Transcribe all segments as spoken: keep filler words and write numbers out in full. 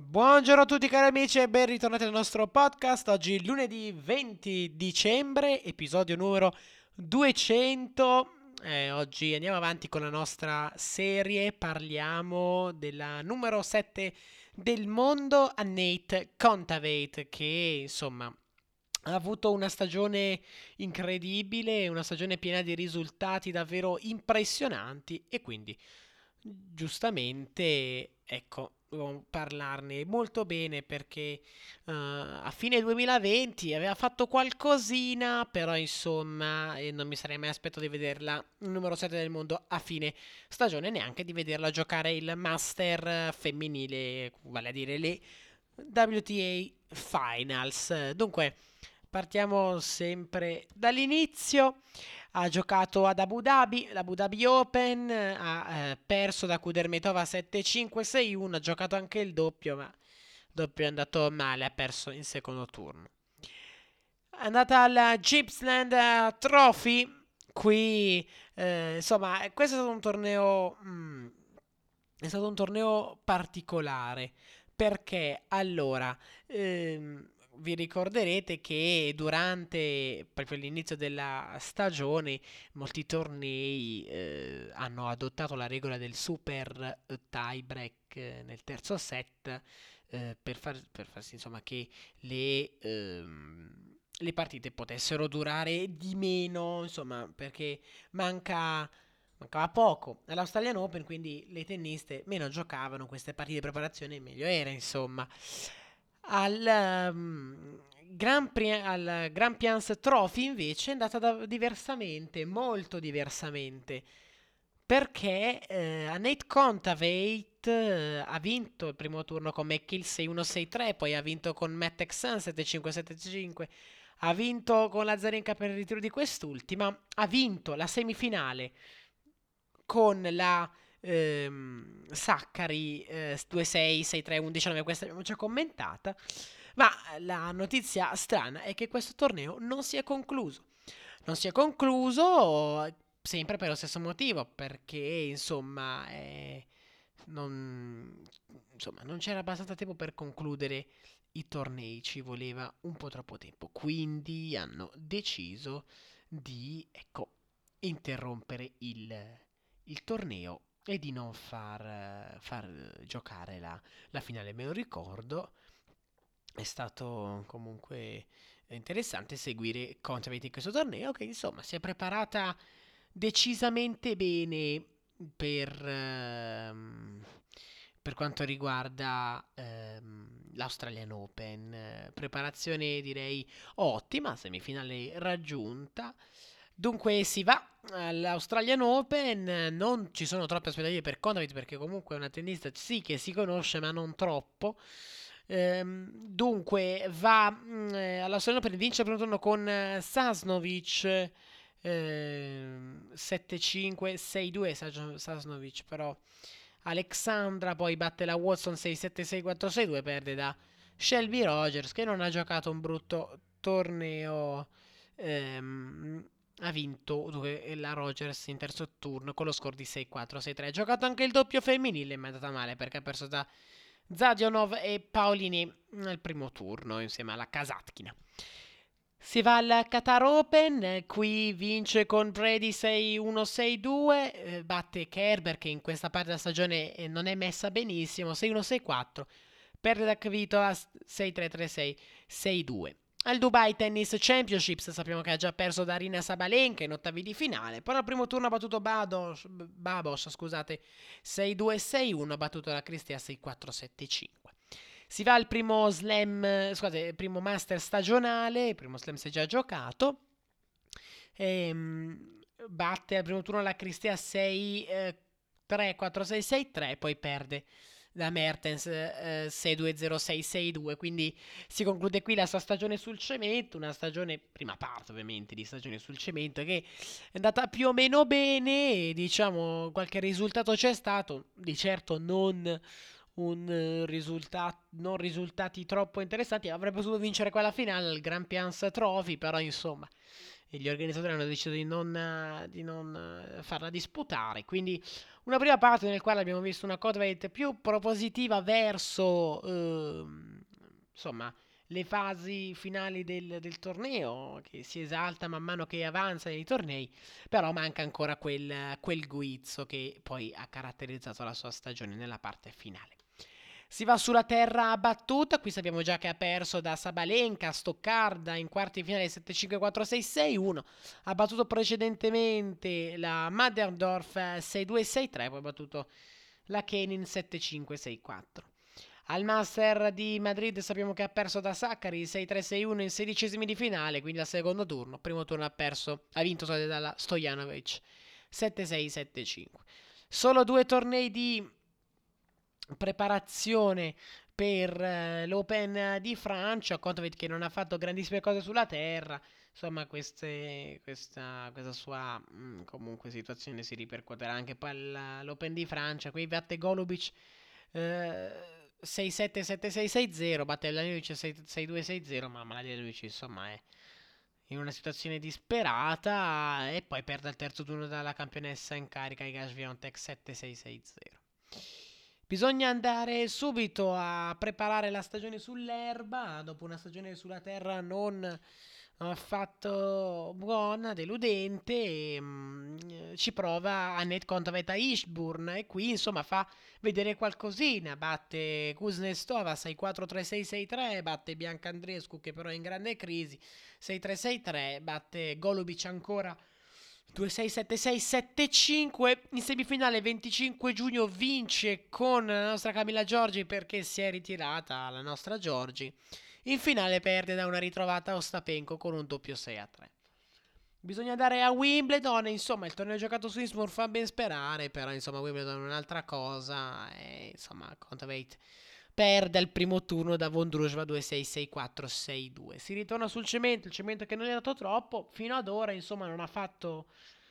Buongiorno a tutti cari amici e ben ritornati al nostro podcast. Oggi lunedì venti dicembre, episodio numero duecento. Eh, oggi andiamo avanti con la nostra serie, parliamo della numero sette del mondo, a Nate Kontaveit, che insomma ha avuto una stagione incredibile, una stagione piena di risultati davvero impressionanti e quindi giustamente, ecco, dobbiamo parlarne molto bene perché eh, a fine duemilaventi aveva fatto qualcosina, però insomma, eh, non mi sarei mai aspettato di vederla numero sette del mondo a fine stagione, neanche di vederla giocare il Master eh, femminile, vale a dire le W T A Finals. Dunque, partiamo sempre dall'inizio. Ha giocato ad Abu Dhabi, l'Abu Dhabi Open, ha eh, perso da Kudermetova sette cinque sei uno, ha giocato anche il doppio, ma il doppio è andato male, ha perso in secondo turno. È andata al Gippsland eh, Trophy, qui eh, insomma questo è stato un torneo, mm, è stato un torneo particolare perché allora ehm, vi ricorderete che durante proprio l'inizio della stagione molti tornei eh, hanno adottato la regola del super eh, tie break eh, nel terzo set eh, per, far, per far sì insomma che le, ehm, le partite potessero durare di meno, insomma, perché manca mancava poco all'Australian Open, quindi le tenniste meno giocavano queste partite di preparazione, meglio era, insomma. Al, ehm, Grand Pri- al Grand Pians Trophy invece è andata da- diversamente, molto diversamente, perché eh, a Nate Kontaveit eh, ha vinto il primo turno con McKill sei uno sei tre, poi ha vinto con Matt Texan sette cinque sette cinque, ha vinto con la Zarenka per il ritiro di quest'ultima, ha vinto la semifinale con la ehm, Saccari eh, due sei sei tre uno nove, questa abbiamo già commentata, ma la notizia strana è che questo torneo non si è concluso. Non si è concluso sempre per lo stesso motivo, perché insomma, eh, non, insomma, non c'era abbastanza tempo per concludere i tornei, ci voleva un po' troppo tempo. Quindi hanno deciso di, ecco, interrompere il, il torneo e di non far, far giocare la, la finale. Me lo ricordo, è stato comunque interessante seguire Contraveit in questo torneo che insomma si è preparata decisamente bene per, ehm, per quanto riguarda ehm, l'Australian Open. Eh, Preparazione direi ottima, semifinale raggiunta. Dunque si va all'Australian Open, non ci sono troppe aspettative per Conrad perché comunque è una tennista sì che si conosce ma non troppo. Ehm, dunque va mm, eh, all'Australian Open, vince il primo turno con eh, Sasnovic ehm, sette cinque sei due Sasnovic, però Alexandra poi batte la Watson sei sette sei quattro sei due, perde da Shelby Rogers che non ha giocato un brutto torneo. ehm, Ha vinto dunque, la Rogers in terzo turno con lo score di sei quattro sei tre. Ha giocato anche il doppio femminile, ma è andata male perché ha perso da Zadionov e Paolini nel primo turno insieme alla Kasatkina. Si va al Qatar Open, eh, qui vince con Brady sei uno sei due, eh, batte Kerber che in questa parte della stagione eh, non è messa benissimo, sei uno sei quattro, perde da Kvitova sei tre tre sei sei due. Al Dubai Tennis Championships sappiamo che ha già perso da Arina Sabalenka in ottavi di finale, però al primo turno ha battuto Bados, Babos, scusate, sei due sei uno, ha battuto la Cristia sei quattro sette cinque. Si va al primo slam, scusate, il primo master stagionale, il primo slam si è già giocato. Ehm, Batte al primo turno la Cristea sei tre quattro sei sei tre, poi perde da Mertens eh, sei due zero sei sei due, quindi si conclude qui la sua stagione sul cemento, una stagione, prima parte ovviamente di stagione sul cemento, che è andata più o meno bene, diciamo qualche risultato c'è stato, di certo non un eh, risultato, non risultati troppo interessanti. Avrebbe potuto vincere quella finale al Grand Pians Trophy, però insomma, e gli organizzatori hanno deciso di non, eh, di non eh, farla disputare. Quindi una prima parte nel quale abbiamo visto una Kontaveit più propositiva verso ehm, insomma le fasi finali del, del torneo, che si esalta man mano che avanza nei tornei, però manca ancora quel, quel guizzo che poi ha caratterizzato la sua stagione nella parte finale. Si va sulla terra battuta, qui sappiamo già che ha perso da Sabalenka, Stoccarda in quarti di finale sette cinque quattro sei sei uno, ha battuto precedentemente la Madderdorf sei due sei tre, poi ha battuto la Kenin sette cinque sei quattro. Al Master di Madrid sappiamo che ha perso da Saccari sei tre sei uno in sedicesimi di finale, quindi al secondo turno. Primo turno ha perso, ha vinto dalla Stojanovic sette sei sette cinque. Solo due tornei di preparazione per eh, l'Open di Francia. Kontaveit che non ha fatto grandissime cose sulla terra. Insomma, queste, questa, questa sua mh, comunque situazione si ripercuoterà anche poi all'Open di Francia. Qui batte Golubic eh, sei sette sette sei sei zero, batte Mladenovic sei due sei zero, ma Mladenovic insomma è in una situazione disperata e poi perde al terzo turno dalla campionessa in carica Iga Swiatek sette sei sei zero. Bisogna andare subito a preparare la stagione sull'erba dopo una stagione sulla terra non affatto buona, deludente. E, mm, ci prova Annette Kontaveit a Eastbourne e qui insomma fa vedere qualcosina. Batte Kuznetsova sei quattro tre sei sei tre, batte Bianca Andreescu che però è in grande crisi sei tre sei tre, batte Golubic ancora due sei sette sei sette cinque. In semifinale venticinque giugno vince con la nostra Camilla Giorgi perché si è ritirata la nostra Giorgi. In finale perde da una ritrovata Ostapenko con un doppio sei a tre. Bisogna andare a Wimbledon, insomma il torneo giocato su Innsbruck fa ben sperare, però insomma Wimbledon è un'altra cosa e insomma Kontaveit perde al primo turno da Vondrousova due sei sei quattro sei due. Si ritorna sul cemento, il cemento che non è dato troppo, fino ad ora insomma non ha fatto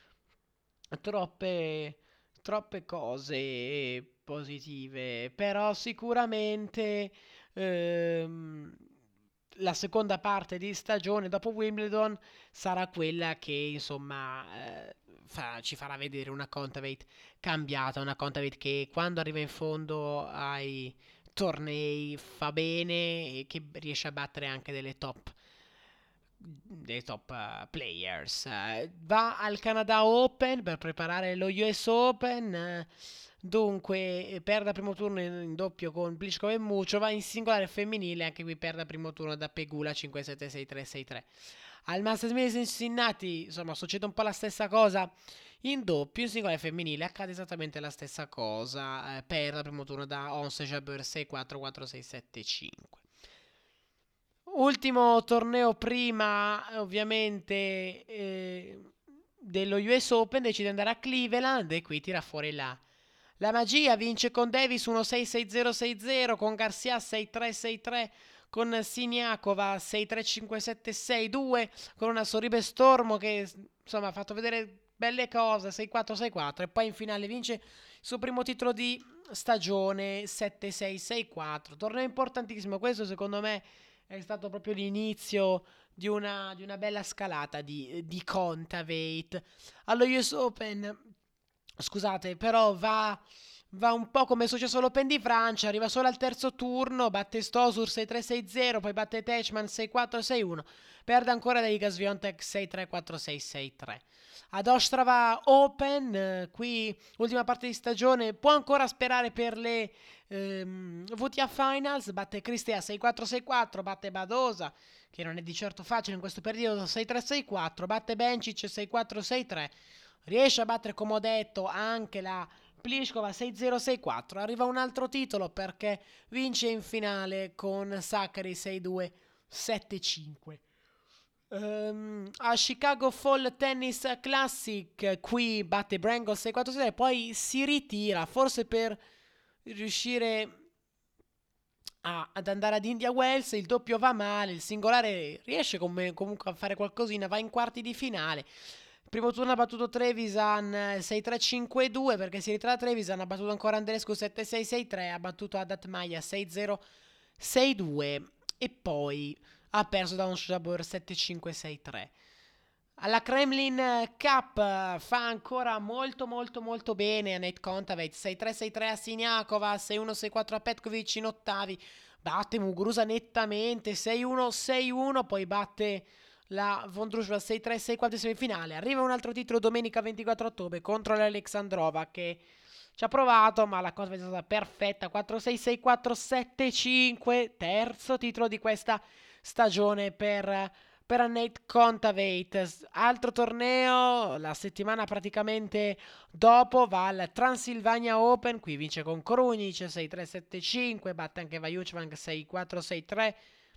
troppe, troppe cose positive, però sicuramente ehm, la seconda parte di stagione dopo Wimbledon sarà quella che insomma eh, fa- ci farà vedere una Kontaveit cambiata, una Kontaveit che quando arriva in fondo ai tornei fa bene e che riesce a battere anche delle top dei top uh, players. Uh, va al Canada Open per preparare lo U S Open. Uh, dunque, perde al primo turno in, in doppio con Pliskova e Mucova. In singolare femminile, anche qui perde al primo turno da Pegula cinque sette sei tre sei tre. Al Masters di Cincinnati, insomma, succede un po' la stessa cosa. In doppio, in singolare femminile, accade esattamente la stessa cosa. Eh, perde al primo turno da Ons Jabeur sei quattro quattro sei sette cinque. Ultimo torneo prima, ovviamente, eh, dello U S Open, decide di andare a Cleveland e qui tira fuori la, la magia. Vince con Davis uno sei sei zero sei zero, con Garcia sei tre sei tre, con Siniakova sei tre cinque sette sei due, con una Sorribe Stormo che insomma ha fatto vedere belle cose sei quattro sei quattro e poi in finale vince il suo primo titolo di stagione sette sei sei quattro. Torneo importantissimo, questo secondo me è stato proprio l'inizio di una, di una bella scalata di, di Kontaveit. Allo U S Open, scusate, però va, va un po' come è successo all'Open di Francia, arriva solo al terzo turno, batte Stosur sei tre sei zero, poi batte Teichmann sei quattro sei uno, perde ancora da Iga Swiatek sei tre quattro sei sei tre. Ad Ostrava Open, eh, qui ultima parte di stagione, può ancora sperare per le ehm, V T A Finals, batte Cristea sei quattro sei quattro, batte Badosa, che non è di certo facile in questo periodo, sei tre sei quattro, batte Bencic sei quattro sei tre, riesce a battere, come ho detto, anche la Pliskova sei zero sei quattro, arriva un altro titolo perché vince in finale con Sakkari sei due sette cinque. Um, a Chicago Fall Tennis Classic qui batte Brangle sei quattro sei, poi si ritira forse per riuscire a, ad andare ad India Wells. Il doppio va male, il singolare riesce com- comunque a fare qualcosina, va in quarti di finale. Primo turno ha battuto Trevisan sei tre cinque due perché si ritira Trevisan, ha battuto ancora Andrescu sette sei sei tre, ha battuto Adat Maia sei zero sei due e poi ha perso da un Jabeur sette cinque sei tre. Alla Kremlin Cup eh, fa ancora molto molto molto bene a Nate Kontaveit, sei tre sei tre a Siniakova, sei uno sei quattro a Petkovic in ottavi, batte Muguruza nettamente, sei uno sei uno, poi batte la Vondrousova sei tre sei quattro in semifinale. Arriva un altro titolo domenica ventiquattro ottobre contro l'Alexandrova che ci ha provato, ma la cosa è stata perfetta, quattro sei sei quattro sette cinque, terzo titolo di questa stagione per per Nate Kontaveit. Altro torneo, la settimana praticamente dopo va al Transilvania Open, qui vince con Krunic sei tre sette cinque, batte anche Vajucevic sei quattro sei tre,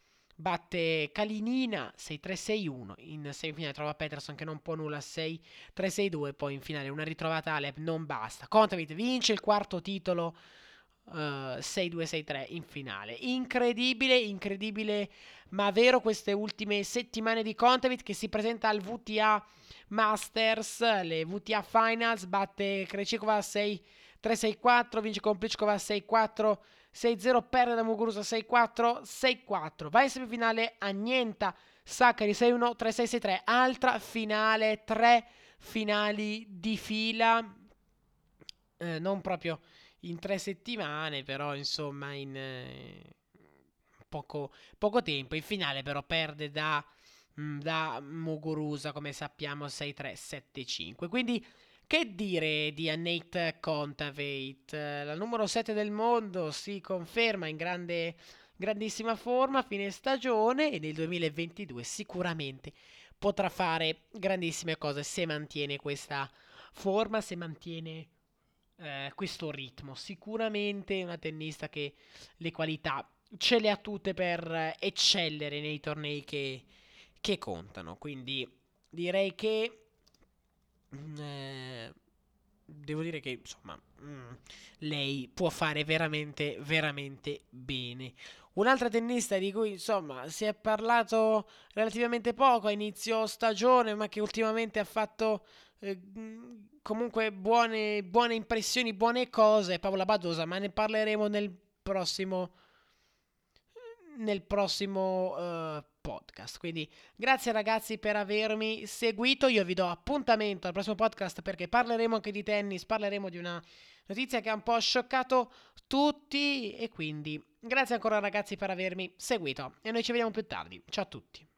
batte Kalinina sei tre sei uno, in semifinale trova Peterson che non può nulla sei tre sei due, poi in finale una ritrovata Alep, non basta. Kontaveit vince il quarto titolo uh, sei due sei tre in finale. Incredibile, incredibile ma vero queste ultime settimane di Kontaveit che si presenta al V T A Masters, le V T A Finals, batte Krejcikova sei tre sei quattro, vince con Pliskova sei quattro sei zero, perde da Muguruza sei quattro sei quattro, va in semifinale annienta Sakkari sei uno tre sei sei tre, altra finale, tre finali di fila, eh, non proprio in tre settimane, però insomma in eh, poco, poco tempo. In finale però perde da, mm, da Muguruza, come sappiamo, sei tre sette cinque. Quindi che dire di Anate Kontaveit? Eh, La numero sette del mondo si conferma in grande, grandissima forma a fine stagione e nel duemilaventidue sicuramente potrà fare grandissime cose se mantiene questa forma, se mantiene eh, questo ritmo. Sicuramente una tennista che le qualità ce le ha tutte per eh, eccellere nei tornei che, che contano. Quindi direi che mm, eh, devo dire che insomma mm, lei può fare veramente veramente bene. Un'altra tennista di cui insomma si è parlato relativamente poco a inizio stagione, ma che ultimamente ha fatto eh, mh, comunque buone, buone impressioni, buone cose, è Paola Badosa, ma ne parleremo nel prossimo nel prossimo eh, podcast. Quindi grazie ragazzi per avermi seguito. Io vi do appuntamento al prossimo podcast perché parleremo anche di tennis, parleremo di una notizia che ha un po' scioccato tutti e quindi grazie ancora ragazzi per avermi seguito e noi ci vediamo più tardi. Ciao a tutti.